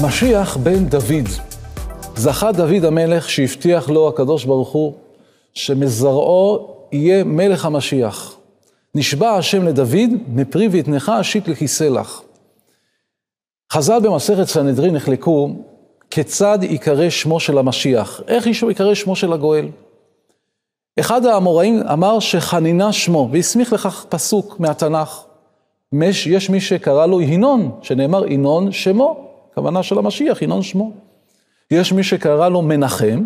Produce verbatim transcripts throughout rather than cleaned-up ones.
משיח בן דוד. זכה דוד המלך שהבטיח לו הקדוש ברוך הוא שמזרעו יהיה מלך המשיח. נשבע השם לדוד, מפרי ויתנך אשית לכיסא לך. חז"ל במסכת סנהדרין נחלקו כיצד יקרא שמו של המשיח, איך יקרא שמו של הגואל. אחד האמוראים אמר שחנינה שמו, והסמיך לכך פסוק מהתנ"ך. יש מי שקרא לו ינון, שנאמר ינון שמו, כוונה של המשיח, ינון שמו. יש מי שקרא לו מנחם,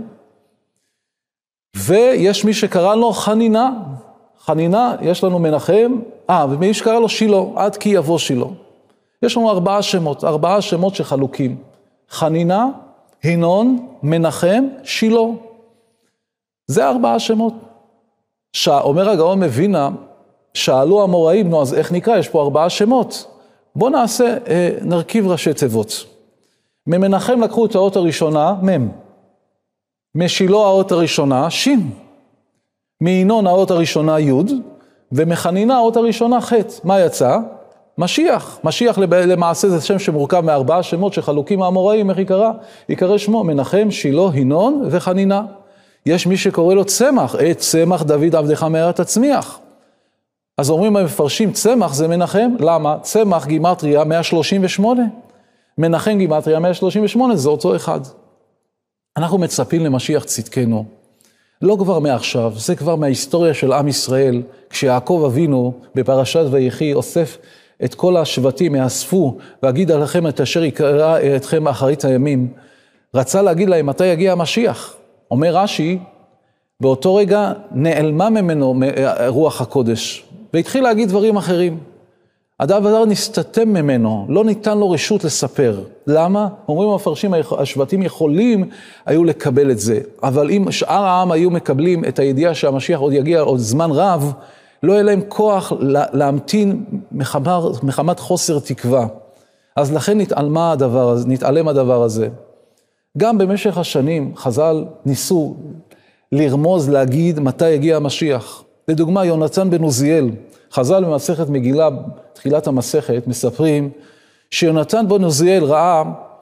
ויש מי שקרא לו חנינה. חנינה, יש לנו מנחם, אה, ומי שקרא לו שילה, עד כי יבוא שילה. יש לנו ארבעה שמות, ארבעה שמות שחלוקים. חנינה, ינון, מנחם, שילה. זה ארבעה שמות. אומר הגאון מווילנה, שאלו המוראים, נו, אז איך נקרא? יש פה ארבעה שמות. בוא נעשה, אה, נרכיב ראשי תיבות. ממנחם לקחו את האות הראשונה, מם. משילה האות הראשונה, שין. מינון האות הראשונה, יוד. ומחנינה האות הראשונה, חטא. מה יצא? משיח. משיח למעשה זה שם שמורכב מארבעה שמות שחלוקים מהאמוראים, איך יקרא? יקרא שמו מנחם, שילה, ינון וחנינה. יש מי שקורא לו צמח, את צמח דוד עבדך מארץ תצמיח. אז אומרים המפרשים, צמח זה מנחם. למה? צמח גימטריה מאה שלושים ושמונה. מנחם גימטריה מאה שלושים ושמונה, זה אותו אחד. אנחנו מצפים למשיח צדקנו. לא כבר מעכשיו, זה כבר מההיסטוריה של עם ישראל, כשיעקב אבינו בפרשת ויחי אוסף את כל השבטים, יאספו, ואגיד עליכם את אשר יקרא אתכם אחרית הימים. רצה להגיד להם מתי יגיע המשיח. אומר רש"י, באותו רגע נעלמה ממנו רוח הקודש, והתחיל להגיד דברים אחרים. הדבר נסתתם ממנו, לא ניתן לו רשות לספר. למה? אומרים המפרשים, השבטים יכולים היו לקבל את זה, אבל אם שאר העם היו מקבלים את הידיעה שהמשיח עוד יגיע עוד זמן רב, לא יהיה להם כוח להמתין מחבר, מחמת חוסר תקווה. אז לכן נתעלמה הדבר הזה, נתעלם הדבר הזה. גם במשך השנים חז"ל ניסו לרמוז, להגיד מתי יגיע המשיח. לדוגמה, יונתן בן עוזיאל, חז"ל במסכת מגילה, תחילת המסכת, מספרים שיונתן בן עוזיאל ראה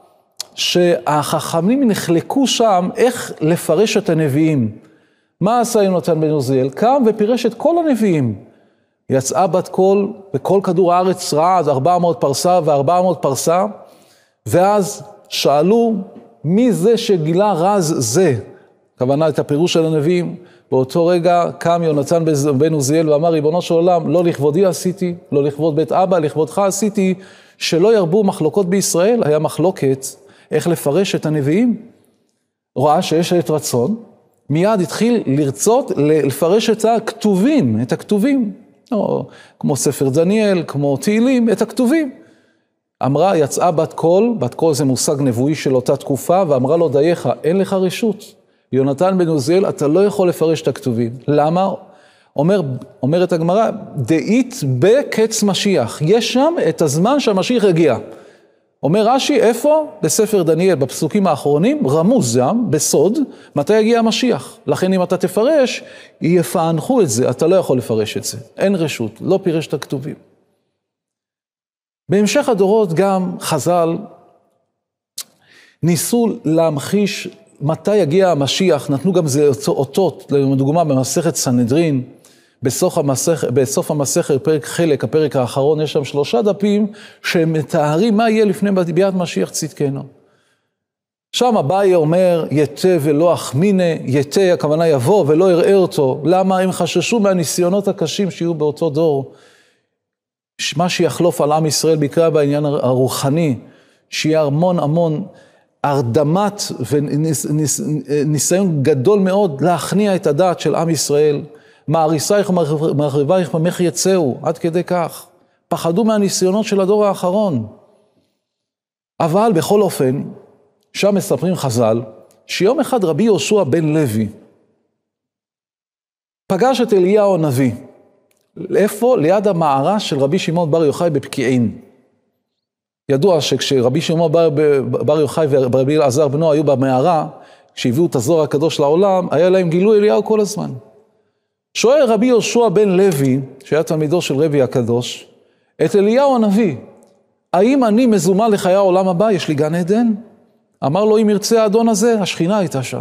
שהחכמים נחלקו שם איך לפרש את הנביאים. מה עשה יונתן בן עוזיאל? קם ופירש את כל הנביאים. יצאה בת קול, וכל כדור הארץ ראה עד ארבע מאות פרסה וארבע מאות פרסה, ואז שאלו מי זה שגילה רז זה? כוונה את הפירוש של הנביאים. באותו רגע קם יונתן בן עוזיאל ואמר, ריבונו של עולם, לא לכבודי עשיתי, לא לכבוד בית אבא, לכבודך עשיתי, שלא ירבו מחלוקות בישראל. היה מחלוקת איך לפרש את הנביאים. ראה שיש את רצון, מיד התחיל לרצות לפרש את הכתובים, את הכתובים, או, כמו ספר דניאל, כמו תהילים, את הכתובים. אמרה, יצאה בת קול, בת קול זה מושג נבואי של אותה תקופה, ואמרה לו, דייך, אין לך רשות. יונתן בן עוזיאל, אתה לא יכול לפרש את הכתובים. למה? אומר, אומרת הגמרא, דאית בקץ משיח. יש שם את הזמן שהמשיח הגיע. אומר רש"י, איפה? בספר דניאל, בפסוקים האחרונים, רמוז שם, בסוד, מתי יגיע המשיח. לכן אם אתה תפרש, יפענחו את זה, אתה לא יכול לפרש את זה. אין רשות, לא פירש את הכתובים. בהמשך הדורות גם חז"ל ניסו להמחיש מתי יגיע המשיח, נתנו גם זה אותות, לדוגמה במסכת סנהדרין, בסוף המסכת, בסוף המסכת, פרק חלק, הפרק האחרון, יש שם שלושה דפים שמתארים מה יהיה לפני ביאת משיח צדקנו. שם אביי אומר, יתה ולא אחמינה, יתה, הכוונה יבוא ולא יראה אותו. למה? הם חששו מהניסיונות הקשים שיהיו באותו דור. מה שיחלוף על עם ישראל בקרה בעניין הרוחני, שיהיה המון המון הרדמת וניסיון גדול מאוד להכניע את הדעת של עם ישראל. מעריסייך ומחריבייך ממך יצאו, עד כדי כך. פחדו מהניסיונות של הדור האחרון. אבל בכל אופן, שם מספרים חז"ל, שיום אחד רבי יהושע בן לוי פגש את אליהו הנביא. איפה? ליד המערה של רבי שמעון בר יוחאי בפקיעין. ידוע שכשרבי שמעון בר, בר יוחאי ורבי אלעזר בנו היו במערה, כשהביאו את הזוהר הקדוש לעולם, היה להם גילוי אליהו כל הזמן. שואל רבי יהושע בן לוי, שהיה תלמידו של רבי הקדוש, את אליהו הנביא, האם אני מזומן לחיי העולם הבא? יש לי גן עדן? אמר לו, אם ירצה האדון הזה, השכינה הייתה שם.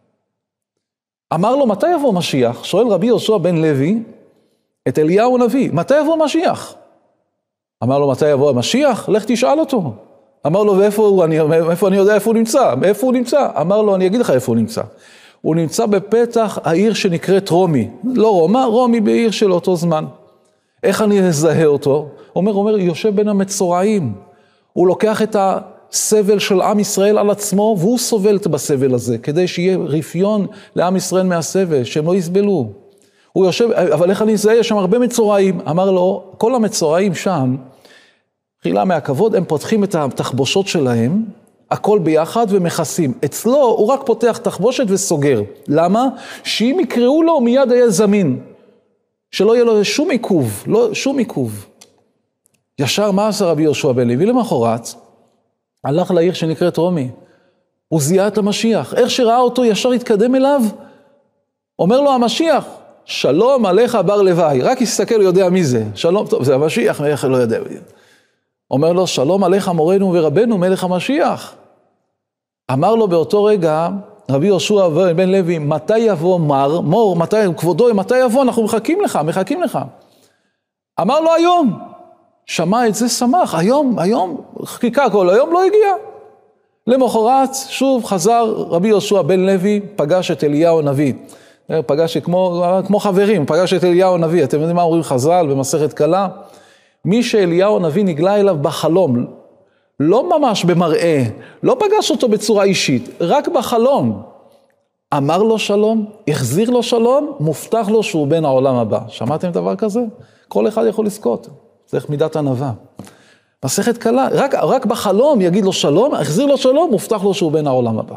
אמר לו, מתי יבוא משיח? שואל רבי יהושע בן לוי את אליהו הנביא, מתי יבוא משיח? אמר לו, מתי יבוא המשיח? לך תשאל אותו. אמר לו, ואיפה הוא? אני, איפה אני יודע איפה הוא נמצא? איפה הוא נמצא? אמר לו, אני אגיד לך איפה הוא נמצא. הוא נמצא בפתח העיר שנקראת רומי. לא רומא, רומי בעיר של אותו זמן. איך אני אזהה אותו? אומר, אומר, יושב בין המצורעים. הוא לוקח את הסבל של עם ישראל על עצמו, והוא סובל בסבל הזה, כדי שיהיה רפיון לעם ישראל מהסבל, שהם לא יסבלו. הוא יושב, אבל איך אני אזהה? יש שם הרבה מצורעים. אמר לו, כל המצורעים שם, חילה מהכבוד, הם פותחים את התחבושות שלהם, הכל ביחד ומכסים. אצלו הוא רק פותח תחבושת וסוגר. למה? שאם יקראו לו, מיד היה זמין. שלא יהיה לו שום עיכוב, לא, שום עיכוב. ישר מה עשה רבי יהושע בן לוי? למחרת, הלך לעיר שנקראת רומי. הוא זיהה את המשיח. איך שראה אותו ישר התקדם אליו, אומר לו המשיח, שלום עליך בר לוואי. רק יסתכל, הוא יודע מי זה. שלום, טוב, זה המשיח, איך לא יודע. אומר לו, שלום עליך מורנו ורבנו מלך המשיח. אמר לו באותו רגע, רבי יהושע בן לוי, מתי יבוא מר, מור, מתי, כבודו, מתי יבוא? אנחנו מחכים לך, מחכים לך. אמר לו היום. שמע את זה, שמח. היום, היום, חיכה כל היום, לא הגיע. למחרת, שוב חזר רבי יהושע בן לוי, פגש את אליהו הנביא. פגש כמו, כמו חברים, פגש את אליהו הנביא. אתם יודעים מה אומרים חז"ל במסכת קלה? מי שאליהו הנביא נגלה אליו בחלום, לא ממש במראה, לא פגש אותו בצורה אישית, רק בחלום. אמר לו שלום, החזיר לו שלום, מובטח לו שהוא בן העולם הבא. שמעתם דבר כזה? כל אחד יכול לזכות. צריך מידת ענווה. מסכת קלה, רק, רק בחלום יגיד לו שלום, החזיר לו שלום, מובטח לו שהוא בן העולם הבא.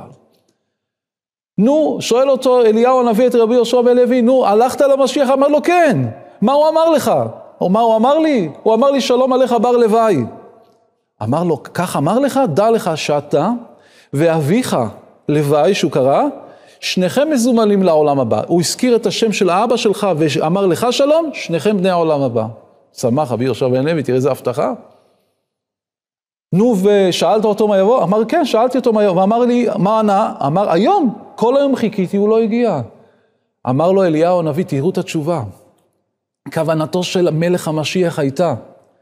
נו, שואל אותו אליהו הנביא את רבי יהושע בן לוי, נו, הלכת למשיח? אמר לו כן. מה הוא אמר לך? או מה הוא אמר לי? הוא אמר לי שלום עליך בר לוואי. אמר לו, כך אמר לך? דע לך שאתה ואביך לוואי שהוא קרא, שניכם מזומנים לעולם הבא. הוא הזכיר את השם של האבא שלך ואמר לך שלום, שניכם בני העולם הבא. שמח רבי יהושע בן לוי, תראה איזה הבטחה. נו, ושאלת אותו מה יבוא? אמר כן, שאלתי אותו מה יבוא. ואמר לי, מה ענה? אמר, היום, כל היום חיכיתי, הוא לא הגיע. אמר לו אליהו הנביא, תראו את התשובה. כוונתו של מלך המשיח הייתה,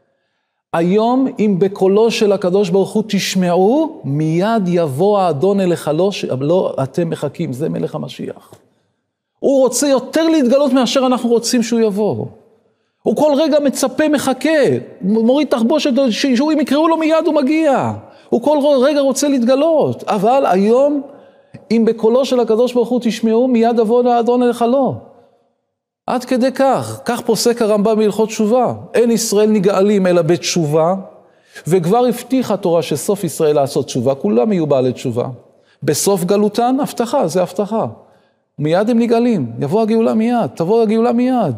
היום אם בקולו של הקדוש ברוך הוא תשמעו, מיד יבוא האדון אליך, לא, לא אתם מחכים, זה מלך המשיח. הוא רוצה יותר להתגלות מאשר אנחנו רוצים שהוא יבוא. הוא כל רגע מצפה, מחכה, מוריד תחבושת, שאם יקראו לו מיד הוא מגיע. הוא כל רגע רוצה להתגלות, אבל היום אם בקולו של הקדוש ברוך הוא תשמעו, מיד יבוא האדון אליך לא. עד כדי כך, כך פוסק הרמב"ם בהלכות תשובה. אין ישראל נגאלים אלא בתשובה, וכבר הבטיח התורה שסוף ישראל לעשות תשובה, כולם יהיו בעלי תשובה. בסוף גלותן, הבטחה, זה הבטחה. מיד הם נגאלים, יבוא הגאולה מיד, תבוא הגאולה מיד.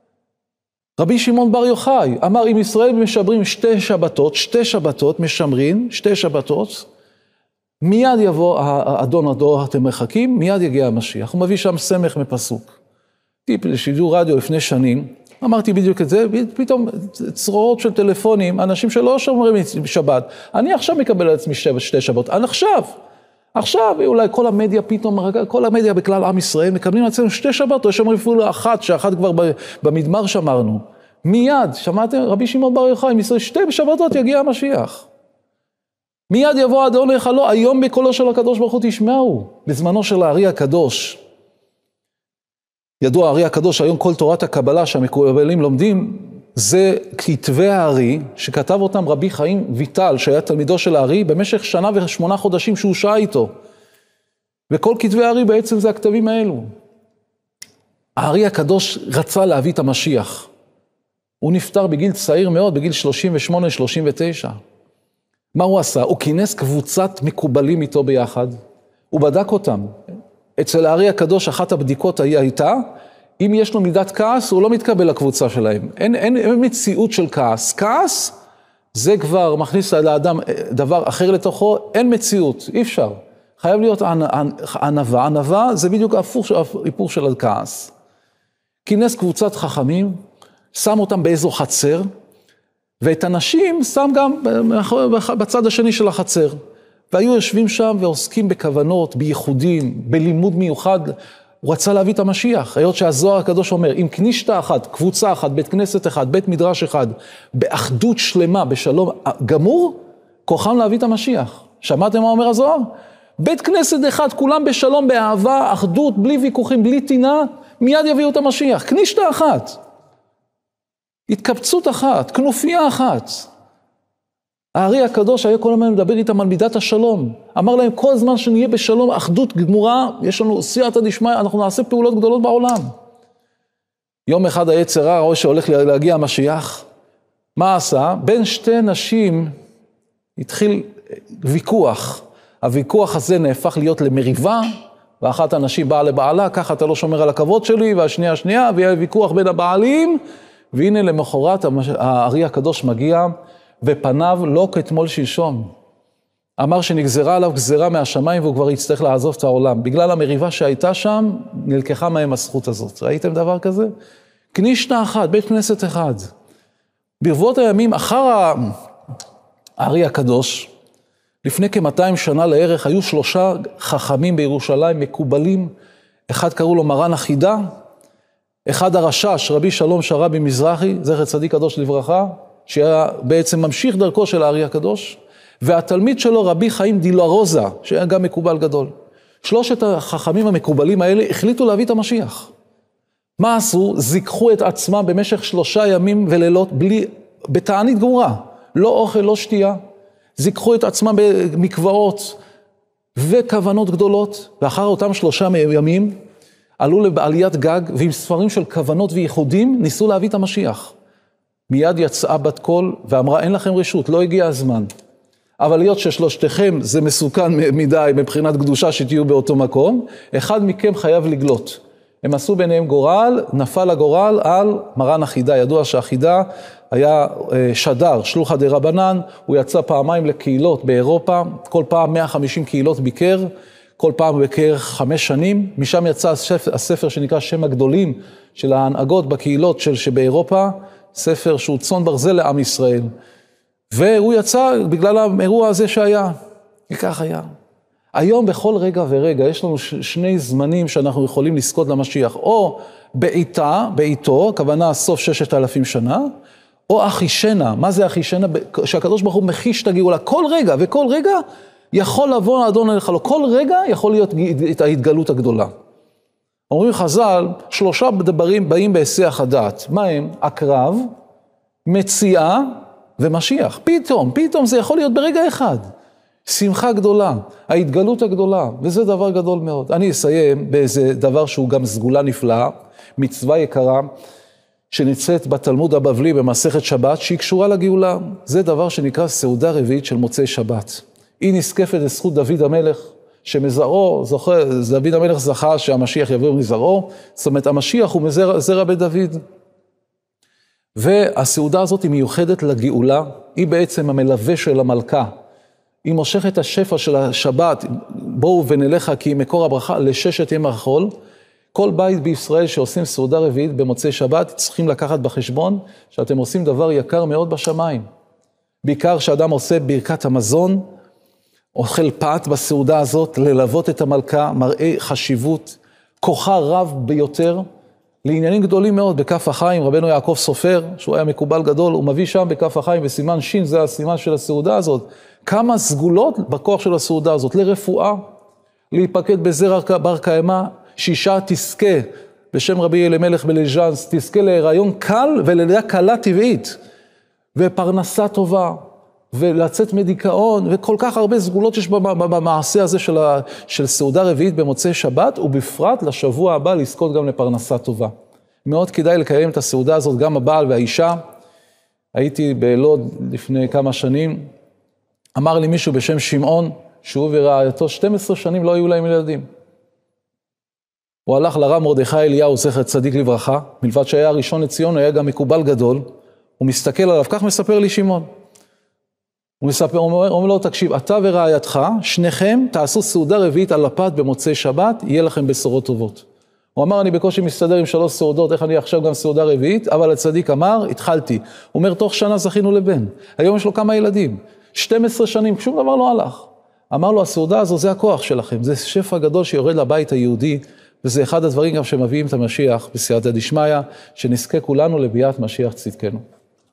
רבי שמעון בר יוחאי אמר, אם ישראל משמרים שתי שבתות, שתי שבתות משמרים, שתי שבתות, מיד יבוא האדון הדור, אתם מחכים, מיד יגיע המשיח. הוא מביא שם סמך מפסוק. טיפ לשידור רדיו לפני שנים, אמרתי בדיוק את זה, פתאום צרורות של טלפונים, אנשים שלא שומרים שבת, אני עכשיו מקבל על עצמי שתי, שתי שבות, אני עכשיו, עכשיו, אולי כל המדיה פתאום, כל המדיה בכלל עם ישראל, מקבלים על עצמנו שתי שבת, או שומרים אפילו אחת, שאחת כבר במדבר שמרנו, מיד, שמעתם, רבי שמעון בר יוחאי, מישראל, שתי שבתות יגיע המשיח. מיד יבוא האדון אליך לא, היום בקולו של הקדוש ברוך הוא תשמעו, בזמנו של הארי הקדוש, ידוע הארי הקדוש, היום כל תורת הקבלה שהמקובלים לומדים, זה כתבי הארי, שכתב אותם רבי חיים ויטל, שהיה תלמידו של הארי, במשך שנה ושמונה חודשים שהוא שעה איתו. וכל כתבי הארי בעצם זה הכתבים האלו. הארי הקדוש רצה להביא את המשיח. הוא נפטר בגיל צעיר מאוד, בגיל שלושים ושמונה שלושים ותשע. מה הוא עשה? הוא כינס קבוצת מקובלים איתו ביחד, הוא בדק אותם. אצל הארי הקדוש אחת הבדיקות הייתה, אם יש לו מידת כעס, הוא לא מתקבל לקבוצה שלהם. אין, אין, אין מציאות של כעס. כעס, זה כבר מכניס לאדם דבר אחר לתוכו, אין מציאות, אי אפשר. חייב להיות ענווה. ענווה זה בדיוק ההיפוך של הכעס. כינס קבוצת חכמים, שם אותם באיזו חצר, ואת הנשים שם גם בצד השני של החצר. והיו יושבים שם ועוסקים בכוונות, בייחודים, בלימוד מיוחד. הוא רצה להביא את המשיח. היות שהזוהר הקדוש אומר, אם כנישתה אחת, קבוצה אחת, בית כנסת אחד, בית מדרש אחד, באחדות שלמה, בשלום גמור, כוחם להביא את המשיח. שמעתם מה אומר הזוהר? בית כנסת אחד, כולם בשלום, באהבה, אחדות, בלי ויכוחים, בלי טינה, מיד יביאו את המשיח. כנישתה אחת. התקבצות אחת, כנופיה אחת. הארי הקדוש היה כל הזמן מדבר איתם על מידת השלום. אמר להם, כל זמן שנהיה בשלום, אחדות גמורה, יש לנו סייעתא דשמיא, אנחנו נעשה פעולות גדולות בעולם. יום אחד היצר הרע, רואה שהולך להגיע המשיח, מה עשה? בין שתי נשים התחיל ויכוח. הוויכוח הזה נהפך להיות למריבה, ואחת הנשים באה לבעלה, ככה אתה לא שומר על הכבוד שלי, והשנייה השנייה, והיה ויכוח בין הבעלים, והנה למחרת הארי הקדוש מגיע, ופניו לא כתמול שלשום. אמר שנגזרה עליו גזרה מהשמיים, והוא כבר יצטרך לעזוב את העולם. בגלל המריבה שהייתה שם, נלקחה מהם הזכות הזאת. ראיתם דבר כזה? כנישתה אחת, בית כנסת אחד. ברבות הימים, אחר הארי הקדוש, לפני כ-מאתיים שנה לערך, היו שלושה חכמים בירושלים, מקובלים. אחד קראו לו מרן החידה, אחד הרשש, רבי שלום שרבי מזרחי, זכר צדיק קדוש לברכה, שהיה בעצם ממשיך דרכו של הארי הקדוש, והתלמיד שלו רבי חיים דילרוזה, שהיה גם מקובל גדול. שלושת החכמים המקובלים האלה החליטו להביא את המשיח. מה עשו? זיככו את עצמם במשך שלושה ימים ולילות, בלי, בתענית גמורה, לא אוכל, לא שתייה. זיככו את עצמם במקוואות וכוונות גדולות, ואחר אותם שלושה ימים, עלו לבעליית גג, ועם ספרים של כוונות וייחודים, ניסו להביא את המשיח. מיד יצאה בת קול, ואמרה, אין לכם רשות, לא הגיע הזמן. אבל להיות ששלושתכם זה מסוכן מדי, מבחינת קדושה שתהיו באותו מקום, אחד מכם חייב לגלות. הם עשו ביניהם גורל, נפל הגורל על מרן החידה. ידוע שהחידה היה שדר, שלוחא דרבנן, הוא יצא פעמיים לקהילות באירופה, כל פעם מאה וחמישים קהילות ביקר, כל פעם ביקר חמש שנים, משם יצא הספר, הספר שנקרא שם הגדולים, של ההנהגות בקהילות של שבאירופה, ספר שהוא צאן ברזל לעם ישראל. והוא יצא בגלל האירוע הזה שהיה, וכך היה. היום בכל רגע ורגע יש לנו שני זמנים שאנחנו יכולים לזכות למשיח, או בעיתה, בעיתו, הכוונה סוף ששת אלפים שנה, או אחישנה. מה זה אחישנה? שהקדוש ברוך הוא מחיש את הגאולה. כל רגע וכל רגע יכול לבוא האדון אליך לו. כל רגע יכול להיות את ההתגלות הגדולה. אומרים חז"ל, שלושה דברים באים בהיסח הדעת. מה הם? הקרב, מציאה ומשיח. פתאום, פתאום זה יכול להיות ברגע אחד. שמחה גדולה, ההתגלות הגדולה, וזה דבר גדול מאוד. אני אסיים באיזה דבר שהוא גם סגולה נפלאה, מצווה יקרה, שנמצאת בתלמוד הבבלי במסכת שבת, שהיא קשורה לגאולה. זה דבר שנקרא סעודה רביעית של מוצאי שבת. היא נזקפת לזכות דוד המלך, שמזרעו, זוכר, דוד המלך זכה שהמשיח יבוא מזרעו, זאת אומרת, המשיח הוא מזרע בית דוד. והסעודה הזאת היא מיוחדת לגאולה, היא בעצם המלווה של המלכה. היא מושכת השפע של השבת, בואו ונלך כי מקור הברכה לששת ימי החול. כל בית בישראל שעושים סעודה רביעית במוצאי שבת, צריכים לקחת בחשבון שאתם עושים דבר יקר מאוד בשמיים. בעיקר שאדם עושה ברכת המזון, אוכל פת בסעודה הזאת, ללוות את המלכה, מראה חשיבות, כוחה רב ביותר, לעניינים גדולים מאוד. בכף החיים, רבנו יעקב סופר, שהוא היה מקובל גדול, הוא מביא שם בכף החיים, בסימן שין, זה הסימן של הסעודה הזאת, כמה סגולות בכוח של הסעודה הזאת, לרפואה, להיפקד בזרע בר קיימא, שאישה תזכה, בשם רבי אלימלך בליז'אנס, תזכה להיריון קל וללידה קלה טבעית, ופרנסה טובה, ולצאת מדיכאון, וכל כך הרבה סגולות יש במעשה הזה של, ה, של סעודה רביעית במוצאי שבת, ובפרט לשבוע הבא לזכות גם לפרנסה טובה. מאוד כדאי לקיים את הסעודה הזאת, גם הבעל והאישה. הייתי בלוד לפני כמה שנים, אמר לי מישהו בשם שמעון, שהוא ורעייתו שתים עשרה שנים לא היו להם ילדים. הוא הלך לרב מרדכי אליהו, זכר צדיק לברכה, מלבד שהיה הראשון לציון, היה גם מקובל גדול, הוא מסתכל עליו, כך מספר לי שמעון. הוא מספר, הוא אומר, אומר לו, תקשיב, אתה ורעייתך, שניכם תעשו סעודה רביעית על הפת במוצאי שבת, יהיה לכם בשורות טובות. הוא אמר, אני בקושי מסתדר עם שלוש סעודות, איך אני עכשיו גם סעודה רביעית, אבל הצדיק אמר, התחלתי. הוא אומר, תוך שנה זכינו לבן. היום יש לו כמה ילדים. שתים עשרה שנים, שום דבר לא הלך. אמר לו, הסעודה הזו זה הכוח שלכם, זה שפע גדול שיורד לבית היהודי, וזה אחד הדברים גם שמביאים את המשיח בסייעתא דשמיא, שנזכה כולנו לביאת משיח צדקנו.